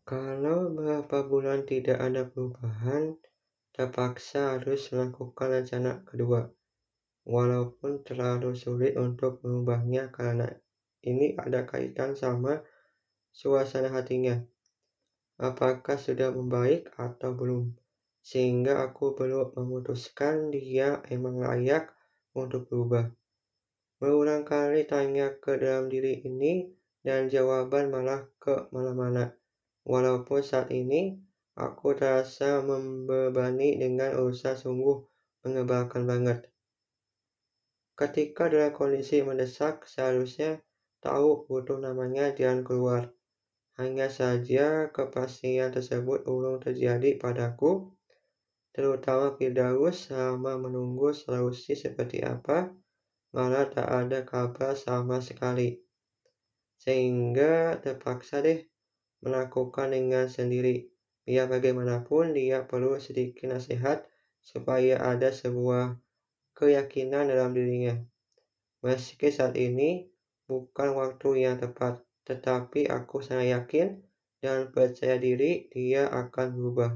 Kalau beberapa bulan tidak ada perubahan, terpaksa harus melakukan rencana kedua, walaupun terlalu sulit untuk mengubahnya karena ini ada kaitan sama suasana hatinya. Apakah sudah membaik atau belum? Sehingga aku belum memutuskan dia emang layak untuk berubah. Berulang kali tanya ke dalam diri ini dan jawaban malah ke mana-mana. Walaupun saat ini aku terasa membebani dengan urusan sungguh menyebalkan banget. Ketika dalam kondisi mendesak, seharusnya tahu butuh namanya jalan keluar. Hanya saja kepastian tersebut belum terjadi padaku, terutama Firdaus selama menunggu solusi seperti apa, malah tak ada kabar sama sekali. Sehingga terpaksa deh melakukan dengan sendiri. Biar bagaimanapun dia perlu sedikit nasihat supaya ada sebuah keyakinan dalam dirinya. Meski saat ini bukan waktu yang tepat, tetapi aku sangat yakin dan percaya diri dia akan berubah.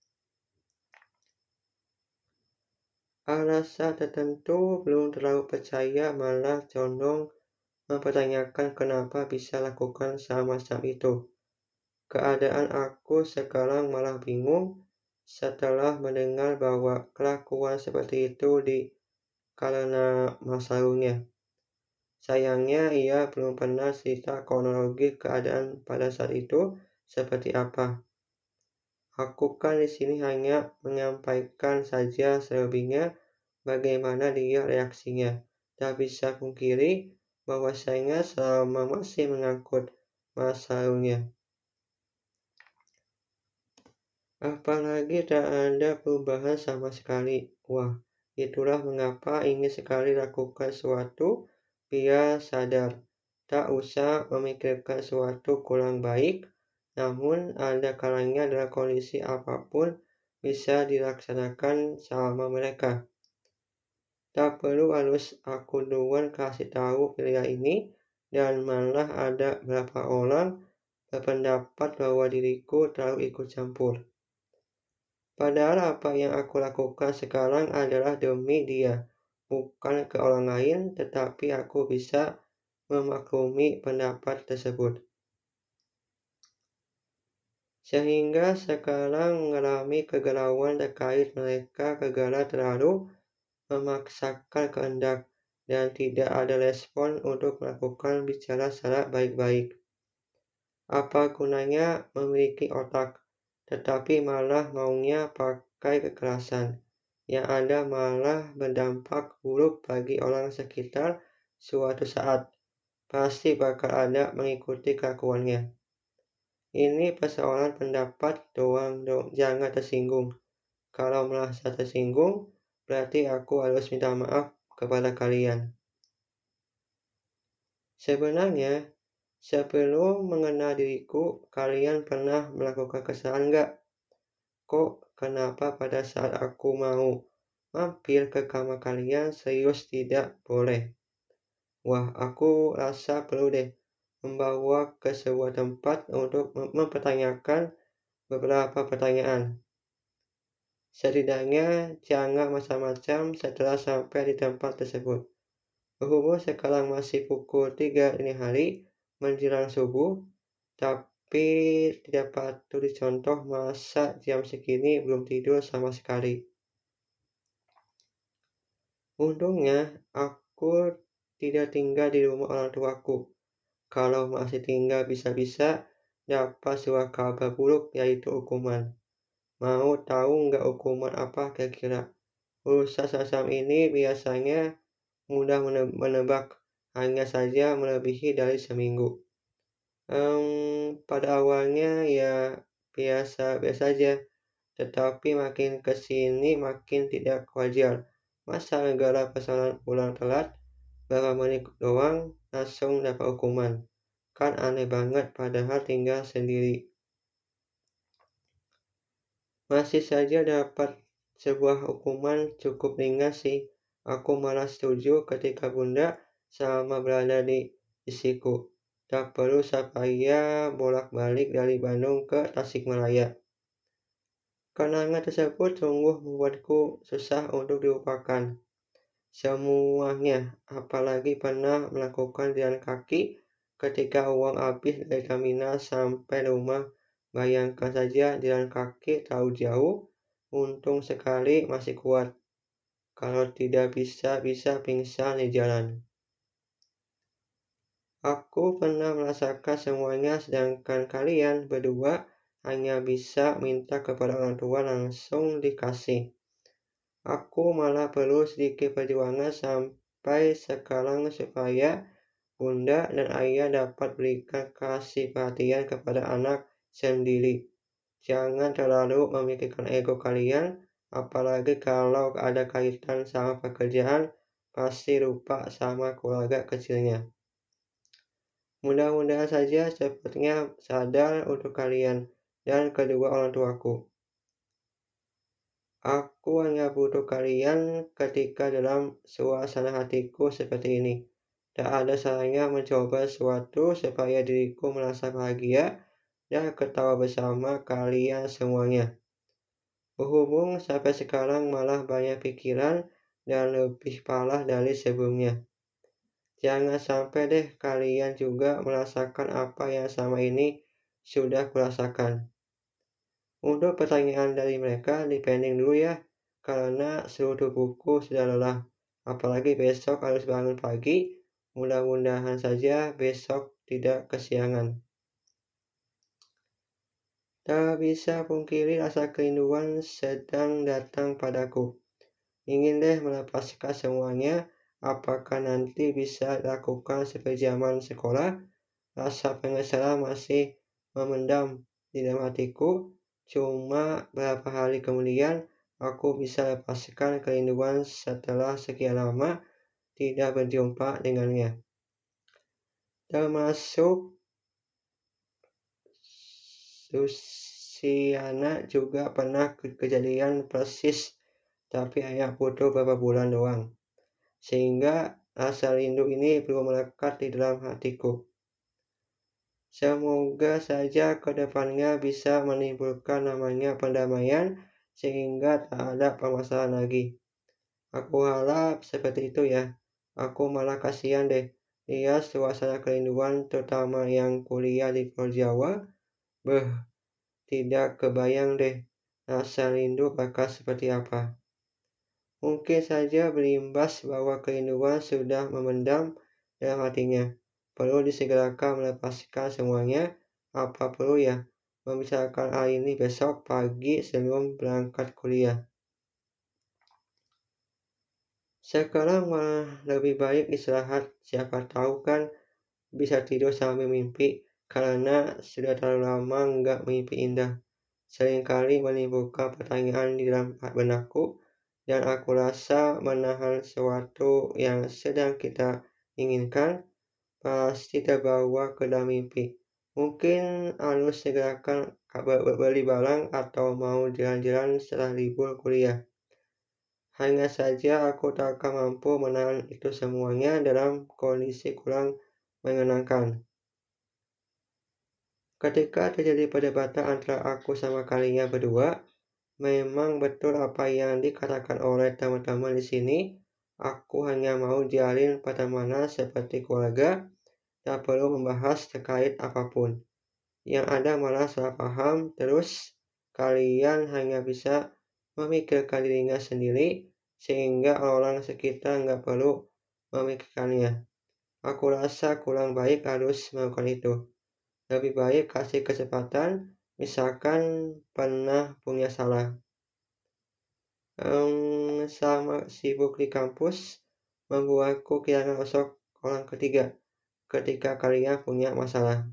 Alasan tertentu belum terlalu percaya malah condong mempertanyakan kenapa bisa lakukan semacam itu. Keadaan aku sekarang malah bingung setelah mendengar bahwa kelakuan seperti itu karena masa lalunya. Sayangnya ia belum pernah cerita kronologi keadaan pada saat itu seperti apa. Aku kan di sini hanya menyampaikan saja selebihnya bagaimana dia reaksinya. Tak bisa pungkiri bahwasanya selama masih mengangkut masa lalunya. Apalagi tak ada perubahan sama sekali. Wah, itulah mengapa ingin sekali lakukan sesuatu biar sadar. Tak usah memikirkan sesuatu kurang baik, namun ada kalanya dalam kondisi apapun bisa dilaksanakan sama mereka. Tak perlu harus aku duluan kasih tahu pilihan ini, dan malah ada beberapa orang berpendapat bahwa diriku terlalu ikut campur. Padahal apa yang aku lakukan sekarang adalah demi dia, bukan ke orang lain, tetapi aku bisa memaklumi pendapat tersebut. Sehingga sekarang mengalami kegalauan terkait mereka gegara terlalu memaksakan kehendak dan tidak ada respon untuk melakukan bicara secara baik-baik. Apa gunanya memiliki otak, tetapi malah maunya pakai kekerasan, yang ada malah berdampak buruk bagi orang sekitar suatu saat. Pasti bakal ada mengikuti kelakuannya. Ini persoalan pendapat doang, jangan tersinggung. Kalau merasa tersinggung, berarti aku harus minta maaf kepada kalian. Sebenarnya, sebelum mengenal diriku, kalian pernah melakukan kesalahan nggak? Kok kenapa pada saat aku mau mampir ke kamar kalian serius tidak boleh? Wah, aku rasa perlu deh membawa ke sebuah tempat untuk mempertanyakan beberapa pertanyaan. Setidaknya jangan macam-macam setelah sampai di tempat tersebut. Berhubung sekarang masih pukul 3 dini hari menjelang subuh, tapi tidak patut dicontoh masa jam segini belum tidur sama sekali. Untungnya, aku tidak tinggal di rumah orang tuaku. Kalau masih tinggal bisa-bisa dapat sebuah kabar buruk yaitu hukuman. Mau tahu nggak hukuman apa kira-kira? Urusan semacam ini biasanya mudah menebak, hanya saja melebihi dari seminggu. Pada awalnya ya biasa-biasa saja, tetapi makin kesini makin tidak wajar. Masa negara persoalan pulang telat, berapa menit doang langsung dapat hukuman. Kan aneh banget padahal tinggal sendiri. Masih saja dapat sebuah hukuman cukup ringan sih. Aku malah setuju ketika Bunda selama berada di sisiku. Tak perlu saya bolak-balik dari Bandung ke Tasikmalaya. Kenangan tersebut sungguh membuatku susah untuk dilupakan. Semuanya, apalagi pernah melakukan jalan kaki ketika uang habis dari terminal sampai rumah. Bayangkan saja jalan kaki terlalu jauh, untung sekali masih kuat. Kalau tidak bisa pingsan di jalan. Aku pernah merasakan semuanya sedangkan kalian berdua hanya bisa minta kepada orang tua langsung dikasih. Aku malah perlu sedikit perjuangan sampai sekarang supaya bunda dan ayah dapat berikan kasih perhatian kepada anak sendiri. Jangan terlalu memikirkan ego kalian, apalagi kalau ada kaitan sama pekerjaan, pasti lupa sama keluarga kecilnya. Mudah-mudahan saja cepatnya sadar untuk kalian dan kedua orang tuaku. Aku hanya butuh kalian ketika dalam suasana hatiku seperti ini. Tak ada salahnya mencoba sesuatu supaya diriku merasa bahagia dan ketawa bersama kalian semuanya. Berhubung sampai sekarang malah banyak pikiran dan lebih parah dari sebelumnya. Jangan sampai deh kalian juga merasakan apa yang sama ini sudah kurasakan. Untuk pertanyaan dari mereka dipending dulu ya, karena seluruh tubuhku sudah lelah. Apalagi besok harus bangun pagi, mudah-mudahan saja besok tidak kesiangan. Tak bisa pungkiri rasa kerinduan sedang datang padaku. Ingin deh melepaskan semuanya, apakah nanti bisa lakukan seperti zaman sekolah? Rasa penyesalan masih memendam di dalam hatiku. Cuma beberapa hari kemudian, aku bisa lepaskan kerinduan setelah sekian lama tidak berjumpa dengannya. Termasuk Luciana juga pernah kejadian persis, tapi hanya butuh beberapa bulan doang. Sehingga rasa rindu ini belum melekat di dalam hatiku. Semoga saja ke depannya bisa menimbulkan namanya pendamaian sehingga tak ada permasalahan lagi. Aku harap seperti itu ya. Aku malah kasihan deh lihat suasana kerinduan terutama yang kuliah di Pulau Jawa. Tidak kebayang deh rasa rindu bakal seperti apa. Mungkin saja berimbas bahwa kerinduan sudah memendam dalam hatinya. Perlu disegerakan melepaskan semuanya, apa perlu ya, membicarakan hal ini besok pagi sebelum berangkat kuliah. Sekarang malah lebih baik istirahat, siapa tahu kan bisa tidur sambil mimpi, karena sudah terlalu lama nggak mimpi indah. Seringkali menimbulkan pertanyaan di dalam benakku, dan aku rasa menahan sesuatu yang sedang kita inginkan pasti terbawa ke dalam mimpi. Mungkin harus segerakan beli barang atau mau jalan-jalan setelah libur kuliah. Hanya saja aku tak akan mampu menahan itu semuanya dalam kondisi kurang menyenangkan. Ketika terjadi perdebatan antara aku sama kalian berdua, memang betul apa yang dikatakan oleh teman-teman di sini. Aku hanya mau jalin pertemanan seperti keluarga. Tak perlu membahas terkait apapun. Yang ada malah salah paham, terus kalian hanya bisa memikirkan dirinya sendiri, sehingga orang sekitar nggak perlu memikirkannya. Aku rasa kurang baik harus melakukan itu. Lebih baik kasih kesempatan, misalkan pernah punya salah. Sama sibuk di kampus, membuatku kehilangan sosok orang ketiga ketika kalian punya masalah.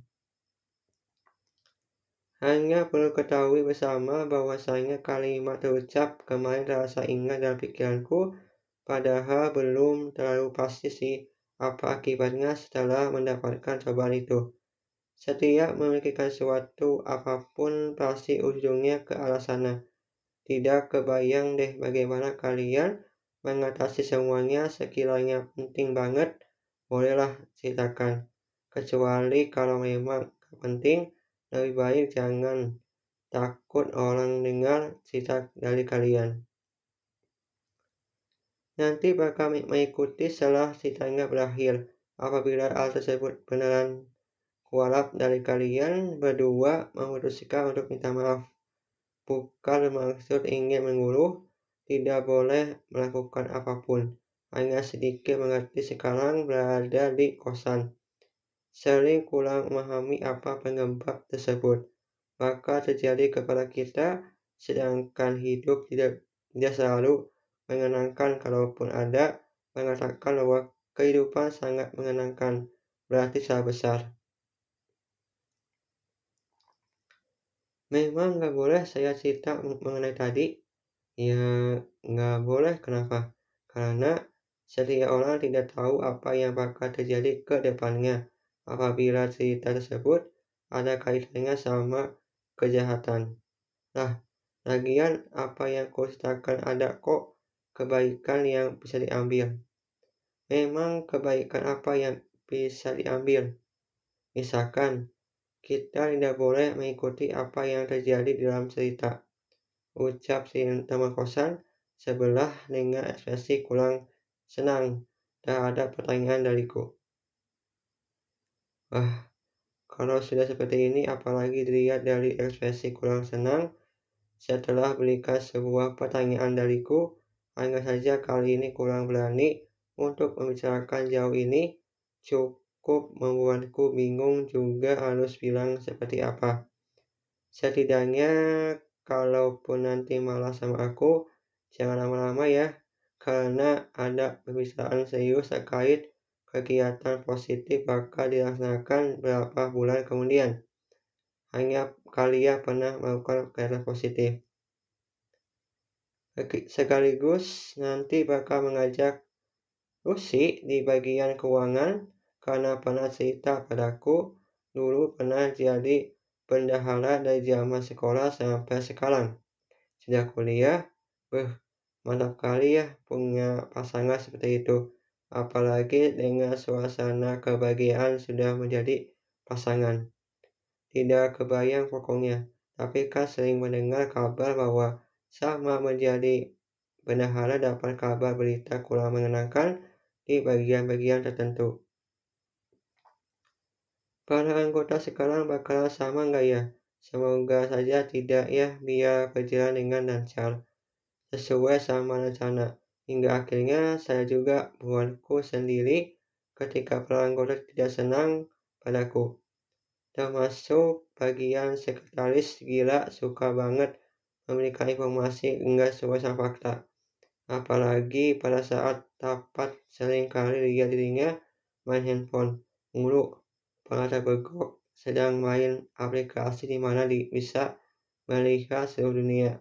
Hanya perlu ketahui bersama bahwasanya kalimat terucap kemarin terasa ingat dalam pikiranku, padahal belum terlalu pasti sih apa akibatnya setelah mendapatkan cobaan itu. Setiap memikirkan sesuatu apapun pasti ujungnya ke arah sana. Tidak kebayang deh bagaimana kalian mengatasi semuanya sekiranya penting banget, bolehlah ceritakan. kecuali kalau memang gak penting, lebih baik jangan takut orang dengar cerita dari kalian. Nanti bakal mengikuti setelah ceritanya berakhir. Apabila hal tersebut beneran kualap dari kalian berdua memutuskan untuk minta maaf. Bukan bermaksud ingin mengeluh, tidak boleh melakukan apapun. Hanya sedikit mengerti sekarang berada di kosan. Sering kurang memahami apa penyebab tersebut. Maka terjadi kepada kita, sedangkan hidup tidak selalu menyenangkan. Kalaupun ada mengatakan bahwa kehidupan sangat menyenangkan, berarti salah besar. Memang nggak boleh saya cerita mengenai tadi? Ya, nggak boleh. Kenapa? Karena setiap orang tidak tahu apa yang bakal terjadi ke depannya apabila cerita tersebut ada kaitannya sama kejahatan. Nah, lagian apa yang kuceritakan ada kok kebaikan yang bisa diambil. Memang kebaikan apa yang bisa diambil? Misalkan, kita tidak boleh mengikuti apa yang terjadi dalam cerita. Ucap si teman kosan sebelah dengan ekspresi kurang senang. Tak ada pertanyaan dariku. Wah, kalau sudah seperti ini apalagi dilihat dari ekspresi kurang senang setelah berikan sebuah pertanyaan dariku, hanya saja kali ini kurang berani untuk membicarakan jauh ini, cukup membuatku bingung juga harus bilang seperti apa. Setidaknya kalaupun nanti malah sama aku, jangan lama-lama ya, karena ada pembicaraan serius terkait kegiatan positif bakal dilaksanakan beberapa bulan kemudian. Hanya kalian pernah melakukan kegiatan positif. Sekaligus nanti bakal mengajak Lucy di bagian keuangan karena pernah cerita padaku dulu pernah jadi bendahara dari zaman sekolah sampai sekarang. Sejak kuliah, mantap kali ya punya pasangan seperti itu. Apalagi dengan suasana kebahagiaan sudah menjadi pasangan. Tidak kebayang pokoknya, tapi kan sering mendengar kabar bahwa sama menjadi bendahara dapat kabar berita kurang menyenangkan di bagian-bagian tertentu. Para anggota sekarang bakalan sama nggak ya? Semoga saja tidak ya, biar berjalan dengan lancar, sesuai sama rencana. Hingga akhirnya saya juga buatku sendiri ketika para anggota tidak senang padaku. Termasuk bagian sekretaris gila suka banget memberikan informasi enggak sesuai sama fakta. Apalagi pada saat rapat seringkali lihat dirinya main handphone mulu, pernah terbergok sedang main aplikasi di mana bisa melihat seluruh dunia.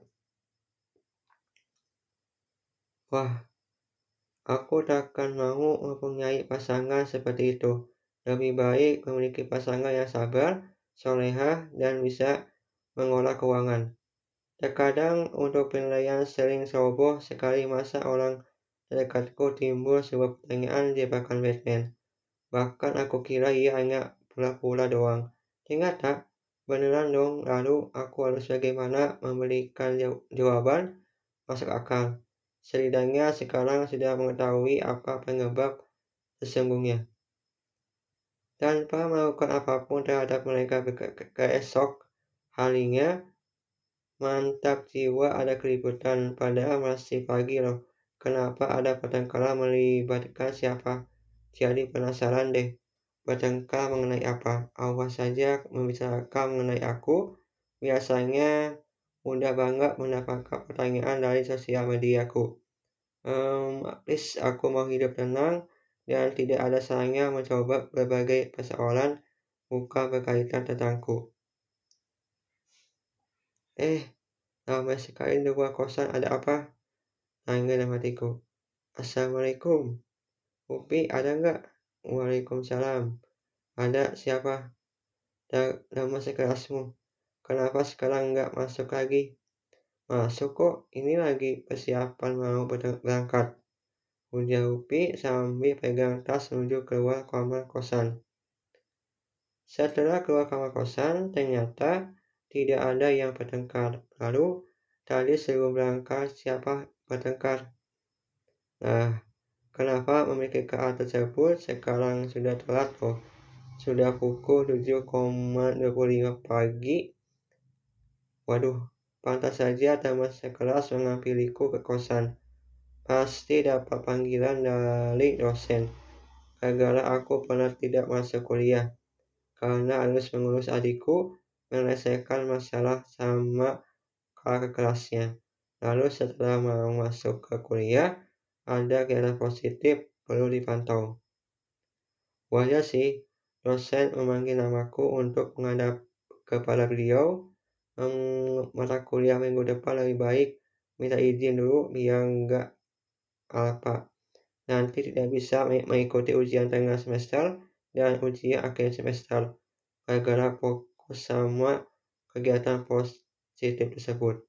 Wah, aku takkan mau mempunyai pasangan seperti itu. Lebih baik memiliki pasangan yang sabar, soleha, dan bisa mengolah keuangan. Terkadang untuk penilaian sering ceroboh sekali masa orang terdekatku timbul sebuah pertanyaan jebakan Batman. Bahkan aku kira ia hanya pura-pura doang. Ternyata beneran dong, lalu aku harus bagaimana memberikan jawaban masuk akal. Setidaknya sekarang sudah mengetahui apa penyebab sesungguhnya. Tanpa melakukan apapun terhadap mereka keesok harinya, mantap jiwa ada keributan, padahal masih pagi loh. Kenapa ada pertengkaran melibatkan siapa? Jadi penasaran deh. Bertengkar mengenai apa? Awas saja membicarakan mengenai aku. Biasanya mudah banget mendapatkan pertanyaan dari sosial mediaku. Please, aku mau hidup tenang dan tidak ada salahnya mencoba berbagai persoalan bukan berkaitan tentangku. Ramai sekali di luar kosan, ada apa? Tanya dalam hatiku. Assalamualaikum. Upi, ada nggak? Waalaikumsalam. Ada, siapa? Nama sekelasmu. Kenapa sekarang nggak masuk lagi? Masuk kok, ini lagi persiapan mau berangkat. Ujar Upi sambil pegang tas menuju keluar kamar kosan. Setelah keluar kamar kosan, ternyata tidak ada yang bertengkar. Lalu, tadi sebelum berangkat siapa bertengkar? Nah, kenapa memikirkan hal tersebut? Sekarang sudah telat loh. Sudah pukul 7,25 pagi. Waduh, pantas saja teman sekelas mengambiliku ke kosan. Pasti dapat panggilan dari dosen. Gara-gara aku pernah tidak masuk kuliah. Karena harus mengurus adikku menyelesaikan masalah sama kakak kelasnya. Lalu setelah mau masuk ke kuliah, ada kegiatan positif perlu dipantau. Wajar sih, dosen memanggil namaku untuk menghadap kepada beliau. Mata kuliah minggu depan lebih baik minta izin dulu biar nggak apa. Nanti tidak bisa mengikuti ujian tengah semester dan ujian akhir semester. Gara-gara fokus sama kegiatan positif tersebut.